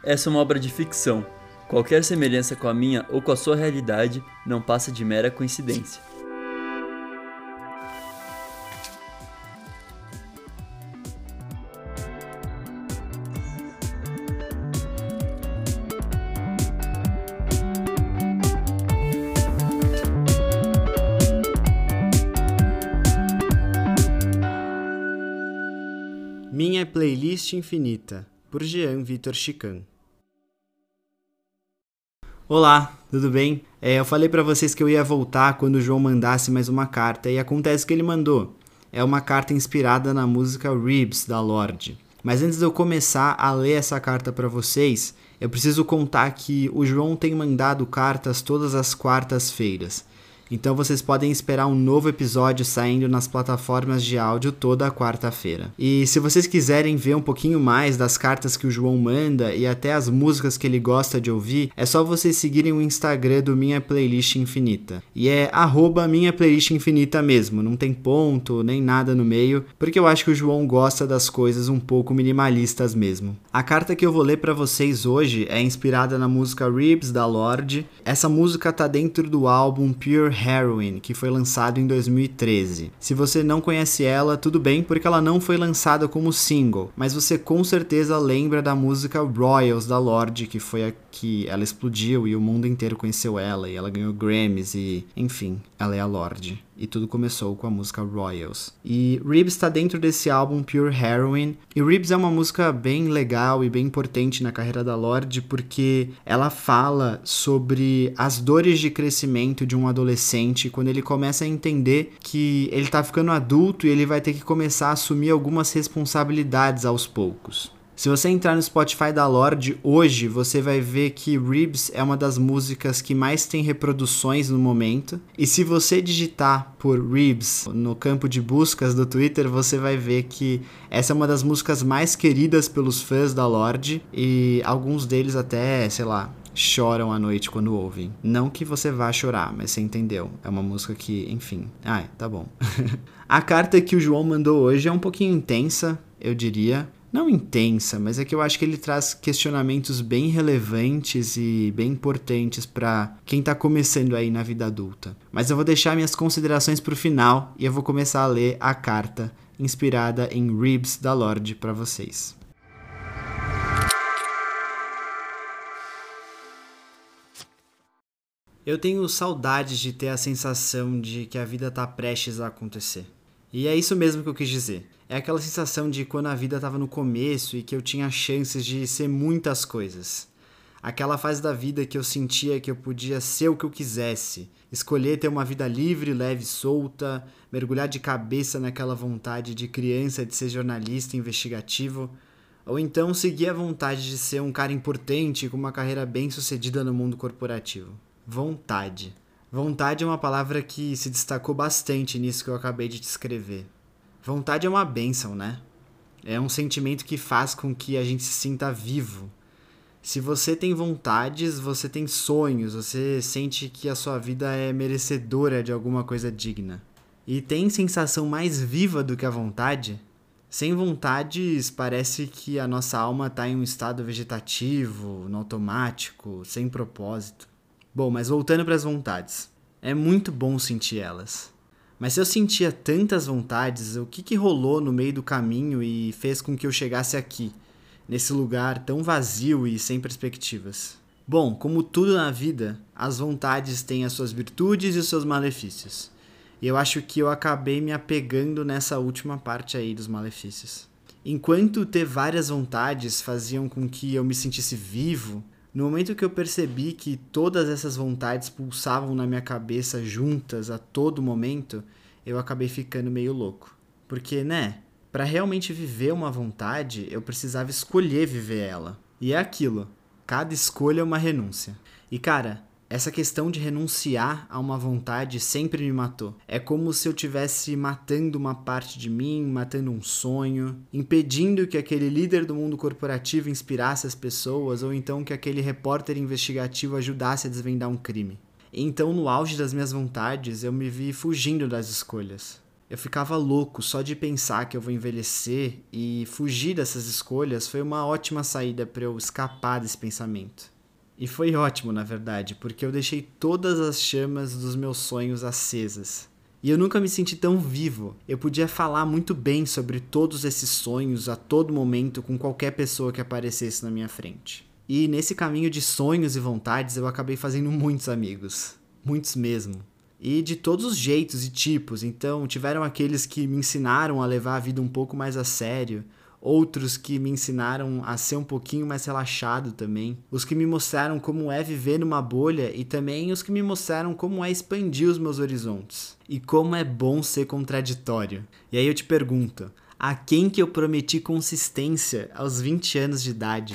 essa é uma obra de ficção. Qualquer semelhança com a minha ou com a sua realidade não passa de mera coincidência. Minha Playlist Infinita, por Jean Vitor Chican. Olá, tudo bem? Eu falei pra vocês que eu ia voltar quando o João mandasse mais uma carta, e acontece que ele mandou. É uma carta inspirada na música Ribs, da Lorde. Mas antes de eu começar a ler essa carta pra vocês, eu preciso contar que o João tem mandado cartas todas as quartas-feiras. Então vocês podem esperar um novo episódio saindo nas plataformas de áudio toda quarta-feira. E se vocês quiserem ver um pouquinho mais das cartas que o João manda e até as músicas que ele gosta de ouvir, é só vocês seguirem o Instagram do Minha Playlist Infinita. E é @Minha Playlist Infinita mesmo, não tem ponto nem nada no meio, porque eu acho que o João gosta das coisas um pouco minimalistas mesmo. A carta que eu vou ler pra vocês hoje é inspirada na música Ribs, da Lorde. Essa música tá dentro do álbum Pure Heroine, que foi lançado em 2013. Se você não conhece ela, tudo bem, porque ela não foi lançada como single, mas você com certeza lembra da música Royals, da Lorde, que foi a que ela explodiu e o mundo inteiro conheceu ela, e ela ganhou Grammys e, enfim, ela é a Lorde. E tudo começou com a música Royals. E Ribs está dentro desse álbum Pure Heroine. E Ribs é uma música bem legal e bem importante na carreira da Lorde, porque ela fala sobre as dores de crescimento de um adolescente quando ele começa a entender que ele tá ficando adulto e ele vai ter que começar a assumir algumas responsabilidades aos poucos. Se você entrar no Spotify da Lorde hoje, você vai ver que Ribs é uma das músicas que mais tem reproduções no momento. E se você digitar por Ribs no campo de buscas do Twitter, você vai ver que essa é uma das músicas mais queridas pelos fãs da Lorde. E alguns deles até, sei lá, choram à noite quando ouvem. Não que você vá chorar, mas você entendeu. É uma música que, enfim... tá bom. A carta que o João mandou hoje é um pouquinho intensa, eu diria. Não intensa, mas é que eu acho que ele traz questionamentos bem relevantes e bem importantes para quem tá começando aí na vida adulta. Mas eu vou deixar minhas considerações pro final e eu vou começar a ler a carta inspirada em Ribs, da Lorde, para vocês. Eu tenho saudades de ter a sensação de que a vida tá prestes a acontecer. E é isso mesmo que eu quis dizer. É aquela sensação de quando a vida estava no começo e que eu tinha chances de ser muitas coisas. Aquela fase da vida que eu sentia que eu podia ser o que eu quisesse. Escolher ter uma vida livre, leve e solta, mergulhar de cabeça naquela vontade de criança de ser jornalista investigativo, ou então seguir a vontade de ser um cara importante com uma carreira bem sucedida no mundo corporativo. Vontade. Vontade é uma palavra que se destacou bastante nisso que eu acabei de descrever. Vontade é uma bênção, né? É um sentimento que faz com que a gente se sinta vivo. Se você tem vontades, você tem sonhos, você sente que a sua vida é merecedora de alguma coisa digna. E tem sensação mais viva do que a vontade? Sem vontades, parece que a nossa alma está em um estado vegetativo, no automático, sem propósito. Bom, mas voltando para as vontades. É muito bom sentir elas. Mas se eu sentia tantas vontades, o que rolou no meio do caminho e fez com que eu chegasse aqui, nesse lugar tão vazio e sem perspectivas? Bom, como tudo na vida, as vontades têm as suas virtudes e os seus malefícios. E eu acho que eu acabei me apegando nessa última parte aí dos malefícios. Enquanto ter várias vontades faziam com que eu me sentisse vivo, no momento que eu percebi que todas essas vontades pulsavam na minha cabeça juntas a todo momento, eu acabei ficando meio louco. Porque, para realmente viver uma vontade, eu precisava escolher viver ela. E é aquilo, cada escolha é uma renúncia. E cara, essa questão de renunciar a uma vontade sempre me matou. É como se eu estivesse matando uma parte de mim, matando um sonho, impedindo que aquele líder do mundo corporativo inspirasse as pessoas, ou então que aquele repórter investigativo ajudasse a desvendar um crime. Então, no auge das minhas vontades, eu me vi fugindo das escolhas. Eu ficava louco só de pensar que eu vou envelhecer, e fugir dessas escolhas foi uma ótima saída para eu escapar desse pensamento. E foi ótimo, na verdade, porque eu deixei todas as chamas dos meus sonhos acesas. E eu nunca me senti tão vivo. Eu podia falar muito bem sobre todos esses sonhos a todo momento com qualquer pessoa que aparecesse na minha frente. E nesse caminho de sonhos e vontades eu acabei fazendo muitos amigos. Muitos mesmo. E de todos os jeitos e tipos. Então tiveram aqueles que me ensinaram a levar a vida um pouco mais a sério. Outros que me ensinaram a ser um pouquinho mais relaxado também. Os que me mostraram como é viver numa bolha e também os que me mostraram como é expandir os meus horizontes. E como é bom ser contraditório. E aí eu te pergunto, a quem que eu prometi consistência aos 20 anos de idade?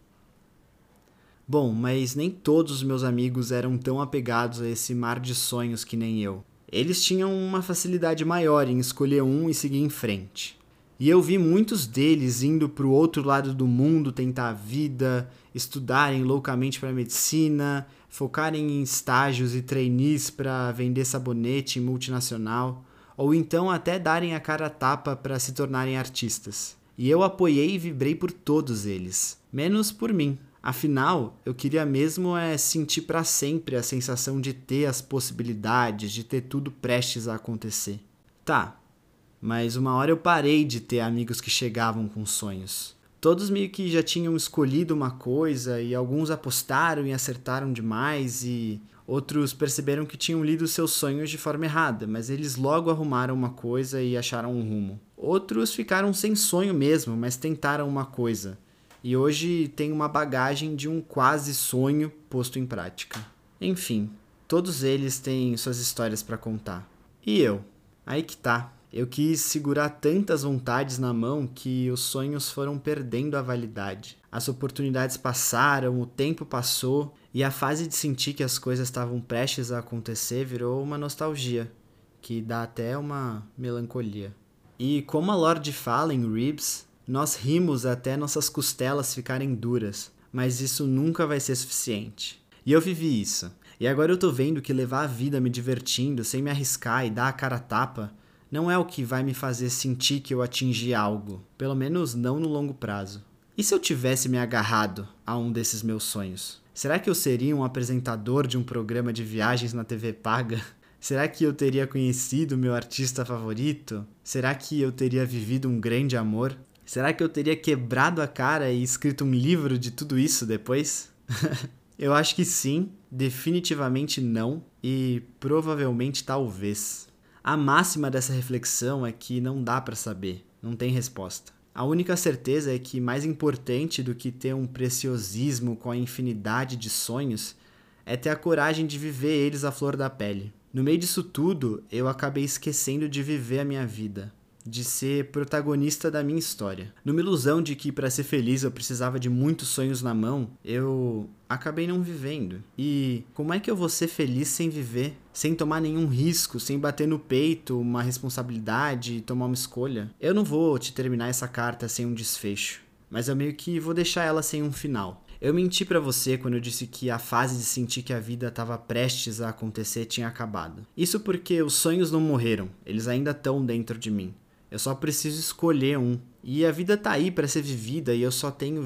Bom, mas nem todos os meus amigos eram tão apegados a esse mar de sonhos que nem eu. Eles tinham uma facilidade maior em escolher um e seguir em frente. E eu vi muitos deles indo para o outro lado do mundo tentar a vida, estudarem loucamente para medicina, focarem em estágios e trainees para vender sabonete em multinacional, ou então até darem a cara a tapa para se tornarem artistas. E eu apoiei e vibrei por todos eles, menos por mim. Afinal, eu queria mesmo sentir para sempre a sensação de ter as possibilidades, de ter tudo prestes a acontecer. Tá. Mas uma hora eu parei de ter amigos que chegavam com sonhos. Todos meio que já tinham escolhido uma coisa e alguns apostaram e acertaram demais e outros perceberam que tinham lido seus sonhos de forma errada, mas eles logo arrumaram uma coisa e acharam um rumo. Outros ficaram sem sonho mesmo, mas tentaram uma coisa. E hoje tem uma bagagem de um quase sonho posto em prática. Enfim, todos eles têm suas histórias para contar. E eu? Aí que tá. Eu quis segurar tantas vontades na mão que os sonhos foram perdendo a validade. As oportunidades passaram, o tempo passou e a fase de sentir que as coisas estavam prestes a acontecer virou uma nostalgia, que dá até uma melancolia. E como a Lorde fala em Ribs, nós rimos até nossas costelas ficarem duras, mas isso nunca vai ser suficiente. E eu vivi isso. E agora eu tô vendo que levar a vida me divertindo, sem me arriscar e dar a cara a tapa, não é o que vai me fazer sentir que eu atingi algo, pelo menos não no longo prazo. E se eu tivesse me agarrado a um desses meus sonhos? Será que eu seria um apresentador de um programa de viagens na TV paga? Será que eu teria conhecido meu artista favorito? Será que eu teria vivido um grande amor? Será que eu teria quebrado a cara e escrito um livro de tudo isso depois? Eu acho que sim, definitivamente não e provavelmente talvez. A máxima dessa reflexão é que não dá pra saber, não tem resposta. A única certeza é que mais importante do que ter um preciosismo com a infinidade de sonhos é ter a coragem de viver eles à flor da pele. No meio disso tudo, eu acabei esquecendo de viver a minha vida, de ser protagonista da minha história. Numa ilusão de que para ser feliz eu precisava de muitos sonhos na mão, eu acabei não vivendo. E como é que eu vou ser feliz sem viver? Sem tomar nenhum risco, sem bater no peito uma responsabilidade e tomar uma escolha? Eu não vou te terminar essa carta sem um desfecho, mas eu meio que vou deixar ela sem um final. Eu menti pra você quando eu disse que a fase de sentir que a vida estava prestes a acontecer tinha acabado. Isso porque os sonhos não morreram, eles ainda estão dentro de mim. Eu só preciso escolher um. E a vida tá aí pra ser vivida e eu só tenho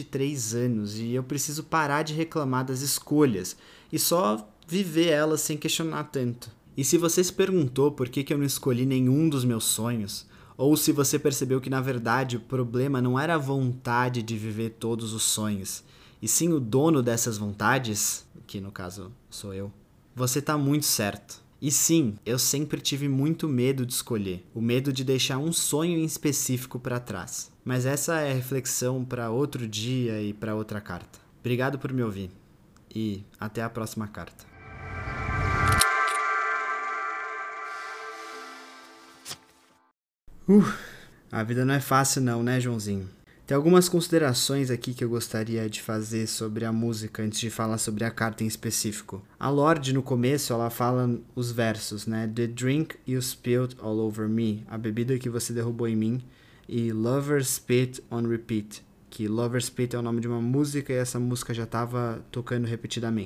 23 anos e eu preciso parar de reclamar das escolhas e só viver elas sem questionar tanto. E se você se perguntou por que eu não escolhi nenhum dos meus sonhos, ou se você percebeu que na verdade o problema não era a vontade de viver todos os sonhos, e sim o dono dessas vontades, que no caso sou eu, você tá muito certo. E sim, eu sempre tive muito medo de escolher, o medo de deixar um sonho em específico para trás. Mas essa é a reflexão para outro dia e para outra carta. Obrigado por me ouvir e até a próxima carta. A vida não é fácil não, né, Joãozinho? Tem algumas considerações aqui que eu gostaria de fazer sobre a música antes de falar sobre a carta em específico. A Lorde, no começo, ela fala os versos, né? The drink you spilled all over me, a bebida que você derrubou em mim, e Lover's Spit on Repeat, que Lover's Spit é o nome de uma música e essa música já estava tocando repetidamente.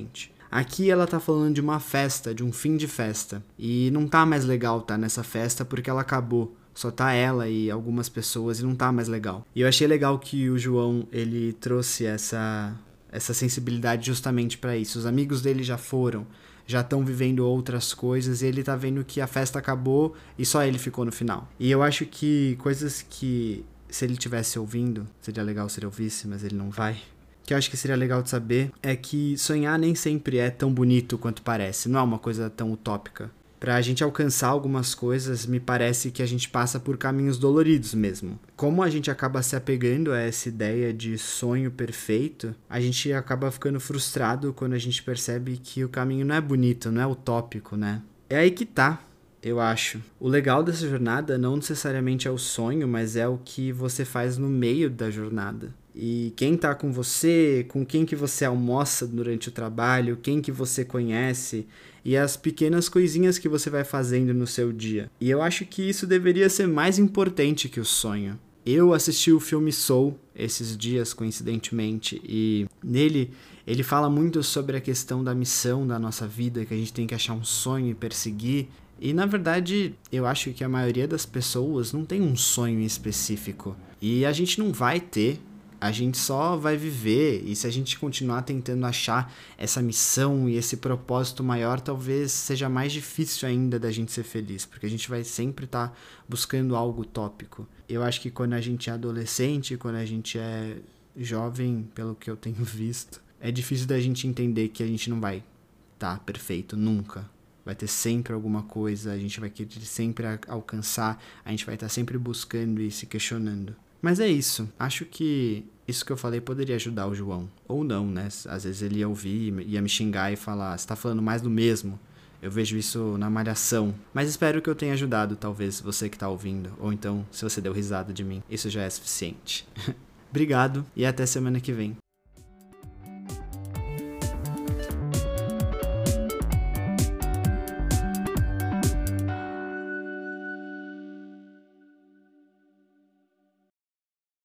Aqui ela tá falando de uma festa, de um fim de festa. E não tá mais legal tá nessa festa porque ela acabou. Só tá ela e algumas pessoas e não tá mais legal. E eu achei legal que o João, ele trouxe essa sensibilidade justamente pra isso. Os amigos dele já foram, já estão vivendo outras coisas e ele tá vendo que a festa acabou e só ele ficou no final. E eu acho que coisas que, se ele estivesse ouvindo, seria legal se ele ouvisse, mas ele não vai. Que eu acho que seria legal de saber é que sonhar nem sempre é tão bonito quanto parece, não é uma coisa tão utópica. Pra gente alcançar algumas coisas, me parece que a gente passa por caminhos doloridos mesmo. Como a gente acaba se apegando a essa ideia de sonho perfeito, a gente acaba ficando frustrado quando a gente percebe que o caminho não é bonito, não é utópico, né? É aí que tá, eu acho. O legal dessa jornada não necessariamente é o sonho, mas é o que você faz no meio da jornada. E quem tá com você, com quem que você almoça durante o trabalho, quem que você conhece e as pequenas coisinhas que você vai fazendo no seu dia. E eu acho que isso deveria ser mais importante que o sonho. Eu assisti o filme Soul esses dias, coincidentemente, e nele ele fala muito sobre a questão da missão da nossa vida, que a gente tem que achar um sonho e perseguir. E na verdade, eu acho que a maioria das pessoas não tem um sonho específico. E a gente não vai ter. A gente só vai viver, e se a gente continuar tentando achar essa missão e esse propósito maior, talvez seja mais difícil ainda da gente ser feliz, porque a gente vai sempre estar buscando algo utópico. Eu acho que quando a gente é adolescente, quando a gente é jovem, pelo que eu tenho visto, é difícil da gente entender que a gente não vai estar perfeito nunca. Vai ter sempre alguma coisa, a gente vai querer sempre alcançar, a gente vai estar sempre buscando e se questionando. Mas é isso, acho que isso que eu falei poderia ajudar o João. Ou não, né? Às vezes ele ia ouvir, ia me xingar e falar, você tá falando mais do mesmo. Eu vejo isso na Malhação. Mas espero que eu tenha ajudado, talvez, você que tá ouvindo. Ou então, se você deu risada de mim, isso já é suficiente. Obrigado e até semana que vem.